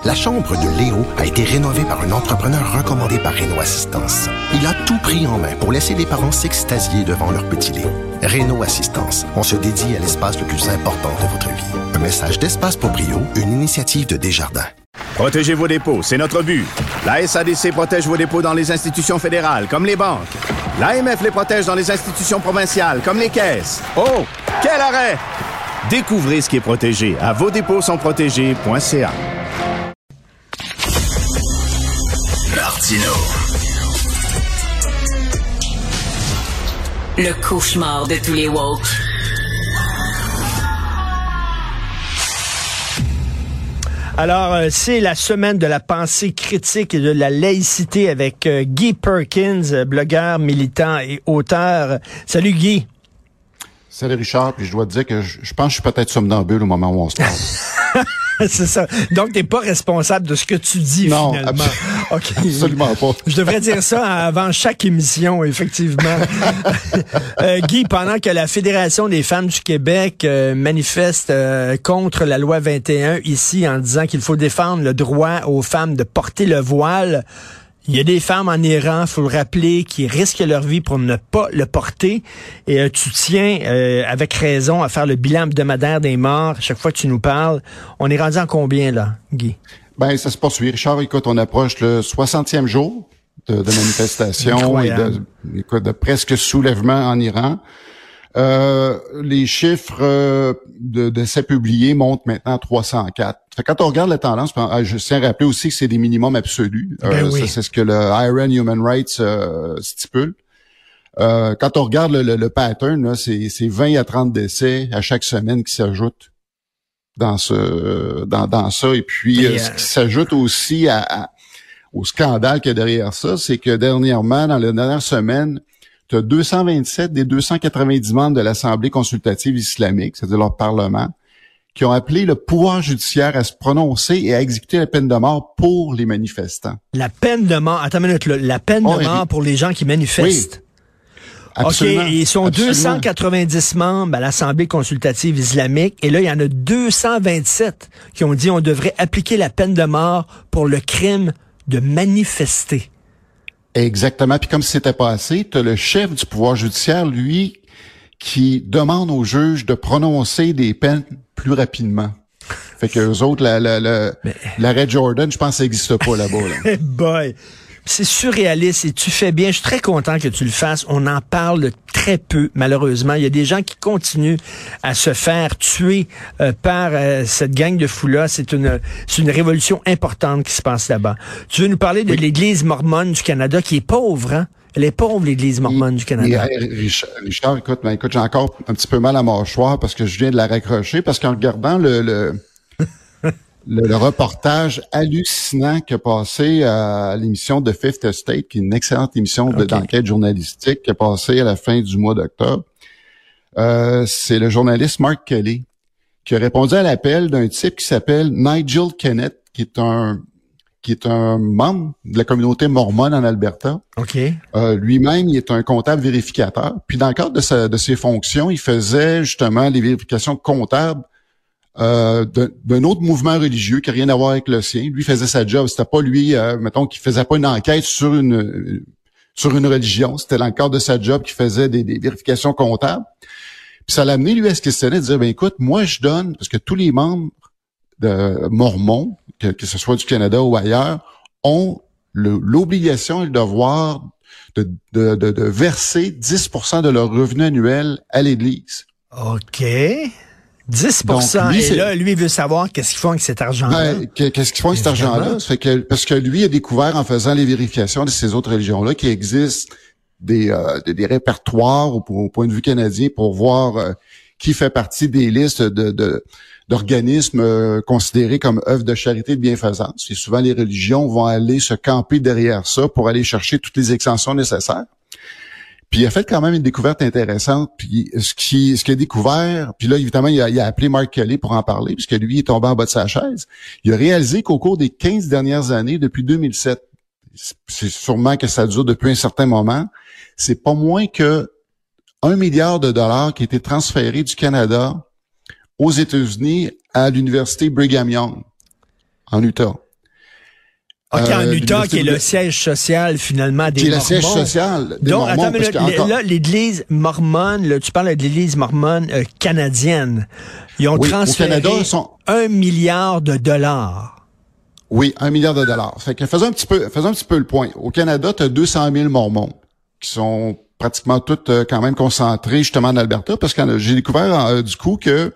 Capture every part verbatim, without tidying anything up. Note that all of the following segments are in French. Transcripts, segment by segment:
La chambre de Léo a été rénovée par un entrepreneur recommandé par Réno Assistance. Il a tout pris en main pour laisser les parents s'extasier devant leur petit Léo. Réno Assistance, on se dédie à l'espace le plus important de votre vie. Un message d'Espace pour Brio, une initiative de Desjardins. Protégez vos dépôts, c'est notre but. La S A D C protège vos dépôts dans les institutions fédérales, comme les banques. L'A M F les protège dans les institutions provinciales, comme les caisses. Oh, quel arrêt! Découvrez ce qui est protégé à vos dépôts sont protégés point c a. Martino. Le cauchemar de tous les woke. Alors, euh, c'est la semaine de la pensée critique et de la laïcité avec euh, Guy Perkins, blogueur, militant et auteur. Salut Guy. Salut Richard, puis je dois te dire que je, je pense que je suis peut-être somnambule au moment où on se parle. C'est ça. Donc, t'es pas responsable de ce que tu dis, non, finalement. Absolument, okay. absolument pas. Je devrais dire ça avant chaque émission, effectivement. euh, Guy, pendant que la Fédération des femmes du Québec euh, manifeste euh, contre la loi vingt et un ici en disant qu'il faut défendre le droit aux femmes de porter le voile, il y a des femmes en Iran, faut le rappeler, qui risquent leur vie pour ne pas le porter. Et euh, tu tiens, euh, avec raison, à faire le bilan hebdomadaire des morts. À chaque fois que tu nous parles, on est rendu en combien, là, Guy? Ben, ça se poursuit. Richard, écoute, on approche le soixantième jour de, de manifestation et de, écoute, de presque soulèvement en Iran. Euh, les chiffres euh, de d'essais publiés montent maintenant à trois cent quatre. Fait que quand on regarde la tendance, je tiens à rappeler aussi que c'est des minimums absolus. Euh, ben oui. Ça, c'est ce que le Iran Human Rights euh, stipule. Euh, quand on regarde le, le, le pattern, là, c'est, c'est vingt à trente décès à chaque semaine qui s'ajoutent dans ce dans, dans ça. Et puis, euh, ce qui s'ajoute aussi à, à, au scandale qu'il y a derrière ça, c'est que dernièrement, dans la dernière semaine, tu as deux cent vingt-sept des deux cent quatre-vingt-dix membres de l'Assemblée consultative islamique, c'est-à-dire leur parlement, qui ont appelé le pouvoir judiciaire à se prononcer et à exécuter la peine de mort pour les manifestants. La peine de mort, attends une minute, là, la peine oh, de mort pour les gens qui manifestent. Oui, absolument. OK, ils sont absolument. deux cent quatre-vingt-dix membres à l'Assemblée consultative islamique, et là, il y en a deux cent vingt-sept qui ont dit on devrait appliquer la peine de mort pour le crime de manifester. Exactement. Puis comme si c'était pas assez, tu as le chef du pouvoir judiciaire, lui, qui demande aux juges de prononcer des peines plus rapidement. Fait que eux autres, la, la, la, Mais... l'arrêt Jordan, je pense que ça n'existe pas là-bas. Là. Boy, c'est surréaliste et tu fais bien. Je suis très content que tu le fasses. On en parle très peu, malheureusement. Il y a des gens qui continuent à se faire tuer euh, par euh, cette gang de fous-là. C'est une, c'est une révolution importante qui se passe là-bas. Tu veux nous parler de oui. l'Église mormone du Canada qui est pauvre, hein? Elle est pauvre, l'Église mormone du Canada. Et, Richard, Richard, écoute, ben, écoute, j'ai encore un petit peu mal à ma mâchoire parce que je viens de la raccrocher, parce qu'en regardant le, le, le, le reportage hallucinant qui a passé à l'émission de Fifth Estate, qui est une excellente émission okay. d'enquête journalistique qui a passé à la fin du mois d'octobre, euh, c'est le journaliste Mark Kelly qui a répondu à l'appel d'un type qui s'appelle Nigel Kennett, qui est un qui est un membre de la communauté mormone en Alberta. OK. Euh, lui-même, il est un comptable vérificateur. Puis dans le cadre de, sa, de ses fonctions, il faisait justement les vérifications comptables euh, de, d'un autre mouvement religieux qui n'a rien à voir avec le sien. Lui faisait sa job. C'était pas lui, euh, mettons, qui faisait pas une enquête sur une sur une religion. C'était dans le cadre de sa job qu'il faisait des, des vérifications comptables. Puis ça l'a amené, lui, à se questionner, de dire, ben écoute, moi, je donne, parce que tous les membres de mormons, que, que ce soit du Canada ou ailleurs, ont le, l'obligation et le devoir de, de, de, de verser dix pour cent de leur revenu annuel à l'Église. OK. dix pour cent. Donc, lui, et là, lui, il veut savoir qu'est-ce qu'ils font avec cet argent-là. Ben, qu'est-ce qu'ils font avec cet argent-là? Ça fait que, parce que lui a découvert, en faisant les vérifications de ces autres religions-là, qu'il existe des, euh, des, des répertoires au, au point de vue canadien pour voir euh, qui fait partie des listes de, de d'organismes euh, considérés comme œuvres de charité de bienfaisance. Et souvent, les religions vont aller se camper derrière ça pour aller chercher toutes les exemptions nécessaires. Puis il a fait quand même une découverte intéressante. Puis ce qui ce qu'il a découvert, puis là, évidemment, il a, il a appelé Mark Kelly pour en parler, puisque lui, il est tombé en bas de sa chaise. Il a réalisé qu'au cours des quinze dernières années, depuis deux mille sept, c'est sûrement que ça dure depuis un certain moment, c'est pas moins que un milliard de dollars qui a été transféré du Canada aux États-Unis à l'université Brigham Young, en Utah. OK, en euh, Utah, qui est le siège social, finalement, des qui est Mormons. Qui est le siège social des Donc, Mormons. attends, mais là, encore... là, l'Église mormone, là, tu parles de l'Église mormone euh, canadienne. Ils ont oui, transféré au Canada, sont... un milliard de dollars. Oui, un milliard de dollars. Fait que faisons un petit peu, faisons un petit peu le point. Au Canada, tu as deux cent mille Mormons qui sont pratiquement tous euh, quand même concentrés justement en Alberta, parce que j'ai découvert euh, du coup que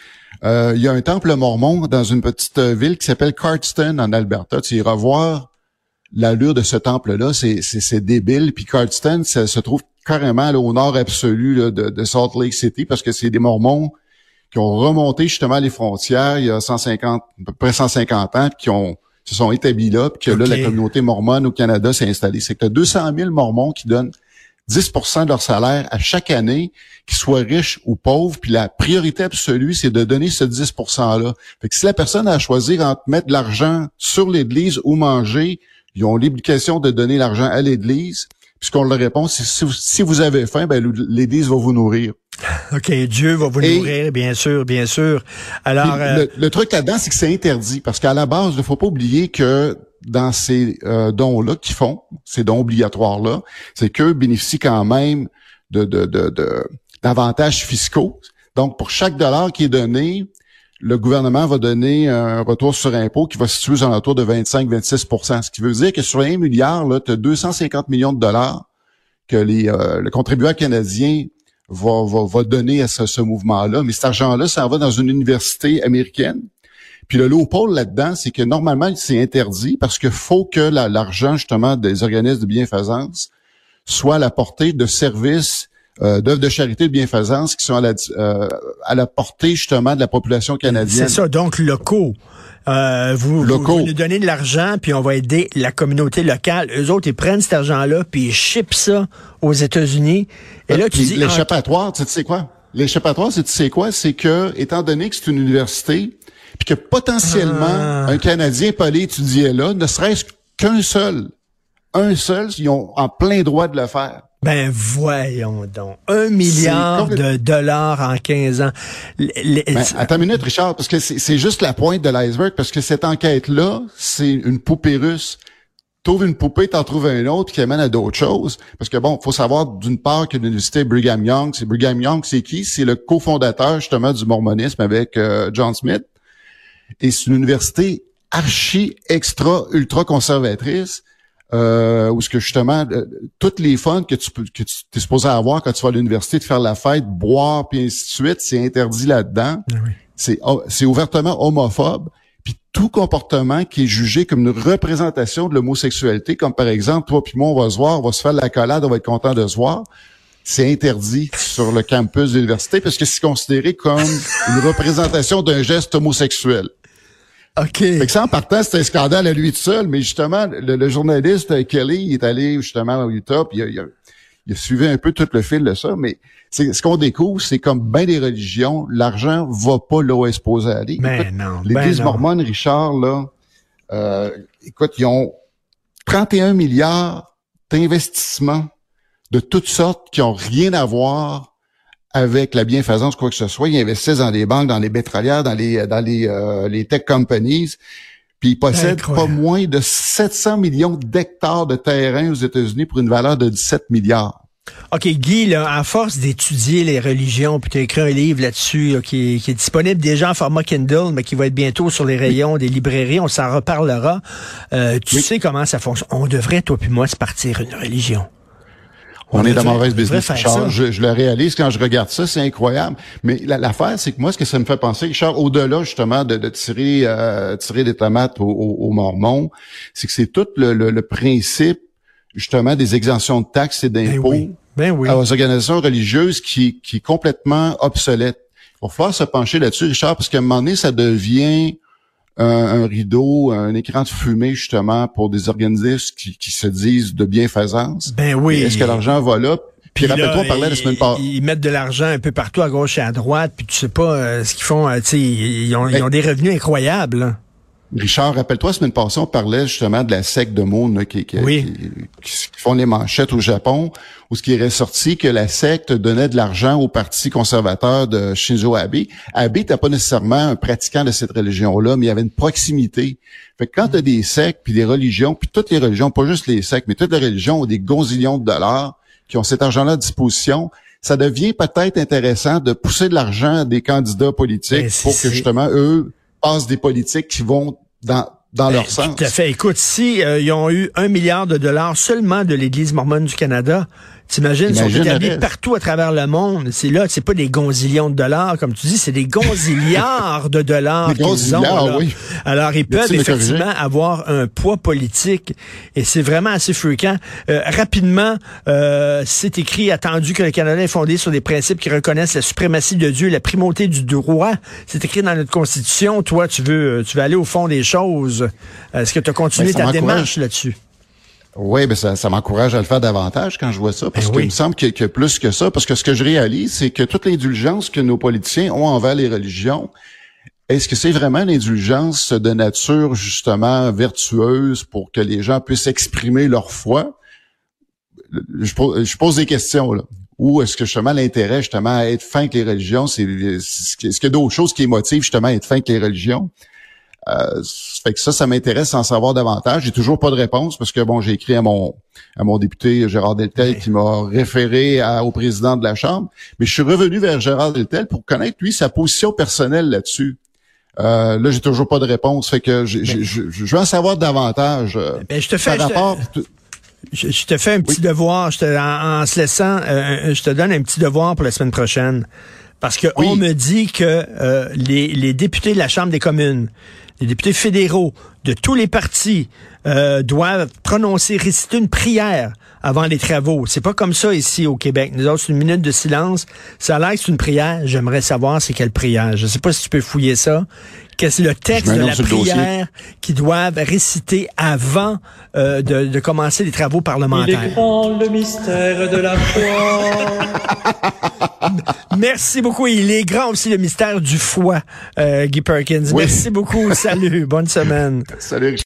euh, il y a un temple mormon dans une petite euh, ville qui s'appelle Cardston en Alberta. Tu iras voir l'allure de ce temple-là, c'est, c'est, c'est débile. Puis Cardston, ça se trouve carrément là, au nord absolu là, de, de Salt Lake City, parce que c'est des Mormons qui ont remonté justement les frontières il y a cent cinquante, à peu près cent cinquante ans, puis qui ont se sont établis là, puis que okay. là, la communauté mormone au Canada s'est installée. C'est que tu as deux cent mille Mormons qui donnent dix pour cent de leur salaire à chaque année, qu'ils soient riches ou pauvres, puis la priorité absolue, c'est de donner ce dix pour cent-là. Fait que si la personne a à choisir entre mettre de l'argent sur l'Église ou manger, ils ont l'obligation de donner l'argent à l'Église. Puis ce qu'on leur répond, c'est si vous, si vous avez faim, ben l'Église va vous nourrir. OK, Dieu va vous Et, nourrir, bien sûr, bien sûr. Alors, euh... le, le truc là-dedans, c'est que c'est interdit, parce qu'à la base, il ne faut pas oublier que dans ces euh, dons-là qu'ils font, ces dons obligatoires-là, c'est qu'eux bénéficient quand même de, de, de, de d'avantages fiscaux. Donc, pour chaque dollar qui est donné, le gouvernement va donner un retour sur impôt qui va se situer aux alentours de vingt-cinq à vingt-six pour cent. Ce qui veut dire que sur un milliard, là, tu as deux cent cinquante millions de dollars que les euh, le contribuable canadien va, va, va donner à ce, ce mouvement-là. Mais cet argent-là, ça va dans une université américaine. Puis le loophole là-dedans, c'est que normalement, c'est interdit parce qu'il faut que la, l'argent, justement, des organismes de bienfaisance soit à la portée de services, euh, d'œuvres de charité de bienfaisance qui sont à la, euh, à la portée, justement, de la population canadienne. C'est ça, donc locaux. Euh, vous, vous, vous nous donnez de l'argent, puis on va aider la communauté locale. Eux autres, ils prennent cet argent-là, puis ils shippent ça aux États-Unis. Et là, tu puis dis... L'échappatoire, tu sais quoi? L'échappatoire, c'est tu sais quoi? C'est que, étant donné que c'est une université, puis que potentiellement, ah. un Canadien peut aller étudier là, ne serait-ce qu'un seul, un seul, ils ont en plein droit de le faire. Ben voyons donc, un milliard de dollars en quinze ans. Les... Ben, attends une minute, Richard, parce que c'est, c'est juste la pointe de l'iceberg, parce que cette enquête-là, c'est une poupée russe. T'ouvres une poupée, t'en trouves un autre qui amène à d'autres choses. Parce que bon, faut savoir d'une part que l'université Brigham Young, c'est Brigham Young, c'est qui? C'est le cofondateur justement du mormonisme avec euh, John Smith. Et c'est une université archi, extra, ultra conservatrice. Euh, où ce que justement euh, toutes les fun que tu peux que tu es supposé avoir quand tu vas à l'université, de faire la fête, boire puis ainsi de suite, c'est interdit là-dedans. Oui. C'est c'est ouvertement homophobe. Puis tout comportement qui est jugé comme une représentation de l'homosexualité, comme par exemple toi puis moi on va se voir, on va se faire de l'accolade, on va être content de se voir, c'est interdit sur le campus de l'université parce que c'est considéré comme une représentation d'un geste homosexuel. OK. Fait que ça, en partant, c'est un scandale à lui tout seul, mais justement, le, le journaliste Kelly, il est allé justement au Utah, puis il a, il, a, il a suivi un peu tout le fil de ça, mais c'est, ce qu'on découvre, c'est comme bien des religions, l'argent va pas là où elle est supposé aller. Ben écoute, non, l'Église ben non. mormone, Richard, là, euh, écoute, ils ont trente et un milliards d'investissements de toutes sortes qui ont rien à voir avec la bienfaisance, quoi que ce soit. Ils investissent dans les banques, dans les pétrolières, dans les dans les euh, les tech companies. Puis ils possèdent Incroyable. pas moins de sept cents millions d'hectares de terrain aux États-Unis pour une valeur de dix-sept milliards. OK, Guy, là, à force d'étudier les religions, puis tu as écrit un livre là-dessus là, qui, est, qui est disponible déjà en format Kindle, mais qui va être bientôt sur les rayons des librairies, on s'en reparlera. Euh, tu oui. sais comment ça fonctionne. On devrait, toi puis moi, se partir une religion. On, on est dans mauvaise business, Richard. Je, je le réalise quand je regarde ça, c'est incroyable. Mais la, l'affaire, c'est que moi, ce que ça me fait penser, Richard, au-delà justement de, de tirer euh, tirer des tomates aux, aux, aux Mormons, c'est que c'est tout le, le, le principe justement des exemptions de taxes et d'impôts ben oui. Ben oui. aux organisations religieuses qui, qui est complètement obsolète. Il va falloir se pencher là-dessus, Richard, parce qu'à un moment donné, ça devient un, un rideau, un écran de fumée, justement, pour des organismes qui, qui se disent de bienfaisance. Ben oui. Et est-ce que l'argent va là? Puis, puis rappelle-toi, on parlait la semaine passée. Ils mettent de l'argent un peu partout, à gauche et à droite, puis tu sais pas euh, ce qu'ils font. Euh, tu sais, ils, ils, ont, ils ont des revenus incroyables. Là. Richard, rappelle-toi, la semaine passée, on parlait justement de la secte de Moon là, qui, qui, oui. qui, qui font les manchettes au Japon, où ce qui est ressorti que la secte donnait de l'argent au parti conservateur de Shinzo Abe. Abe n'était pas nécessairement un pratiquant de cette religion-là, mais il y avait une proximité. Fait que quand tu as des sectes, puis des religions, puis toutes les religions, pas juste les sectes, mais toutes les religions ont des gonzillions de dollars qui ont cet argent-là à disposition, ça devient peut-être intéressant de pousser de l'argent à des candidats politiques pour que justement, eux, passent des politiques qui vont dans dans ben, leur sens. Tout à fait. Écoute, si euh, ils ont eu un milliard de dollars seulement de l'Église mormone du Canada, t'imagines, ils sont établis partout à travers le monde. C'est là, c'est pas des gonzillions de dollars, comme tu dis, c'est des gonzilliards de dollars qu'ils ont. Là. Oui. Alors, ils peuvent effectivement avoir un poids politique et c'est vraiment assez fréquent. Euh, rapidement, euh, c'est écrit, attendu que le Canada est fondé sur des principes qui reconnaissent la suprématie de Dieu, la primauté du droit. C'est écrit dans notre Constitution. Toi, tu veux, tu veux aller au fond des choses. Est-ce que tu as continué ben, ta démarche là-dessus? Oui, ben ça, ça m'encourage à le faire davantage quand je vois ça, parce ben qu'il oui. me semble qu'il y a plus que ça, parce que ce que je réalise, c'est que toute l'indulgence que nos politiciens ont envers les religions, est-ce que c'est vraiment l'indulgence de nature justement vertueuse pour que les gens puissent exprimer leur foi? Je pose, je pose des questions, là. Ou est-ce que justement l'intérêt justement à être fin avec les religions, c'est est-ce qu'il y a d'autres choses qui motivent justement à être fin avec les religions? Euh, fait que ça, ça m'intéresse d'en savoir davantage. J'ai toujours pas de réponse parce que bon, j'ai écrit à mon à mon député Gérard Deltel qui m'a référé à, au président de la Chambre, mais je suis revenu vers Gérard Deltel pour connaître lui sa position personnelle là-dessus. Euh, là, j'ai toujours pas de réponse. Fait que je, je, je, je veux en savoir davantage. Euh, ben, je te fais par rapport. Je te... Je, je te fais un petit oui. devoir. Je te, en, en se laissant, euh, je te donne un petit devoir pour la semaine prochaine. Parce que oui. on me dit que euh, les, les députés de la Chambre des communes, les députés fédéraux de tous les partis euh, doivent prononcer, réciter une prière avant les travaux. C'est pas comme ça ici au Québec. Nous autres, c'est une minute de silence. Ça a l'air que c'est une prière. J'aimerais savoir c'est quelle prière. Je sais pas si tu peux fouiller ça. Qu'est-ce le texte de la prière qu'ils doivent réciter avant euh, de, de commencer les travaux parlementaires. Il est grand le mystère de la foi. Merci beaucoup. Il est grand aussi le mystère du foie, euh, Guy Perkins. Oui. Merci beaucoup. Salut. Bonne semaine. Salut.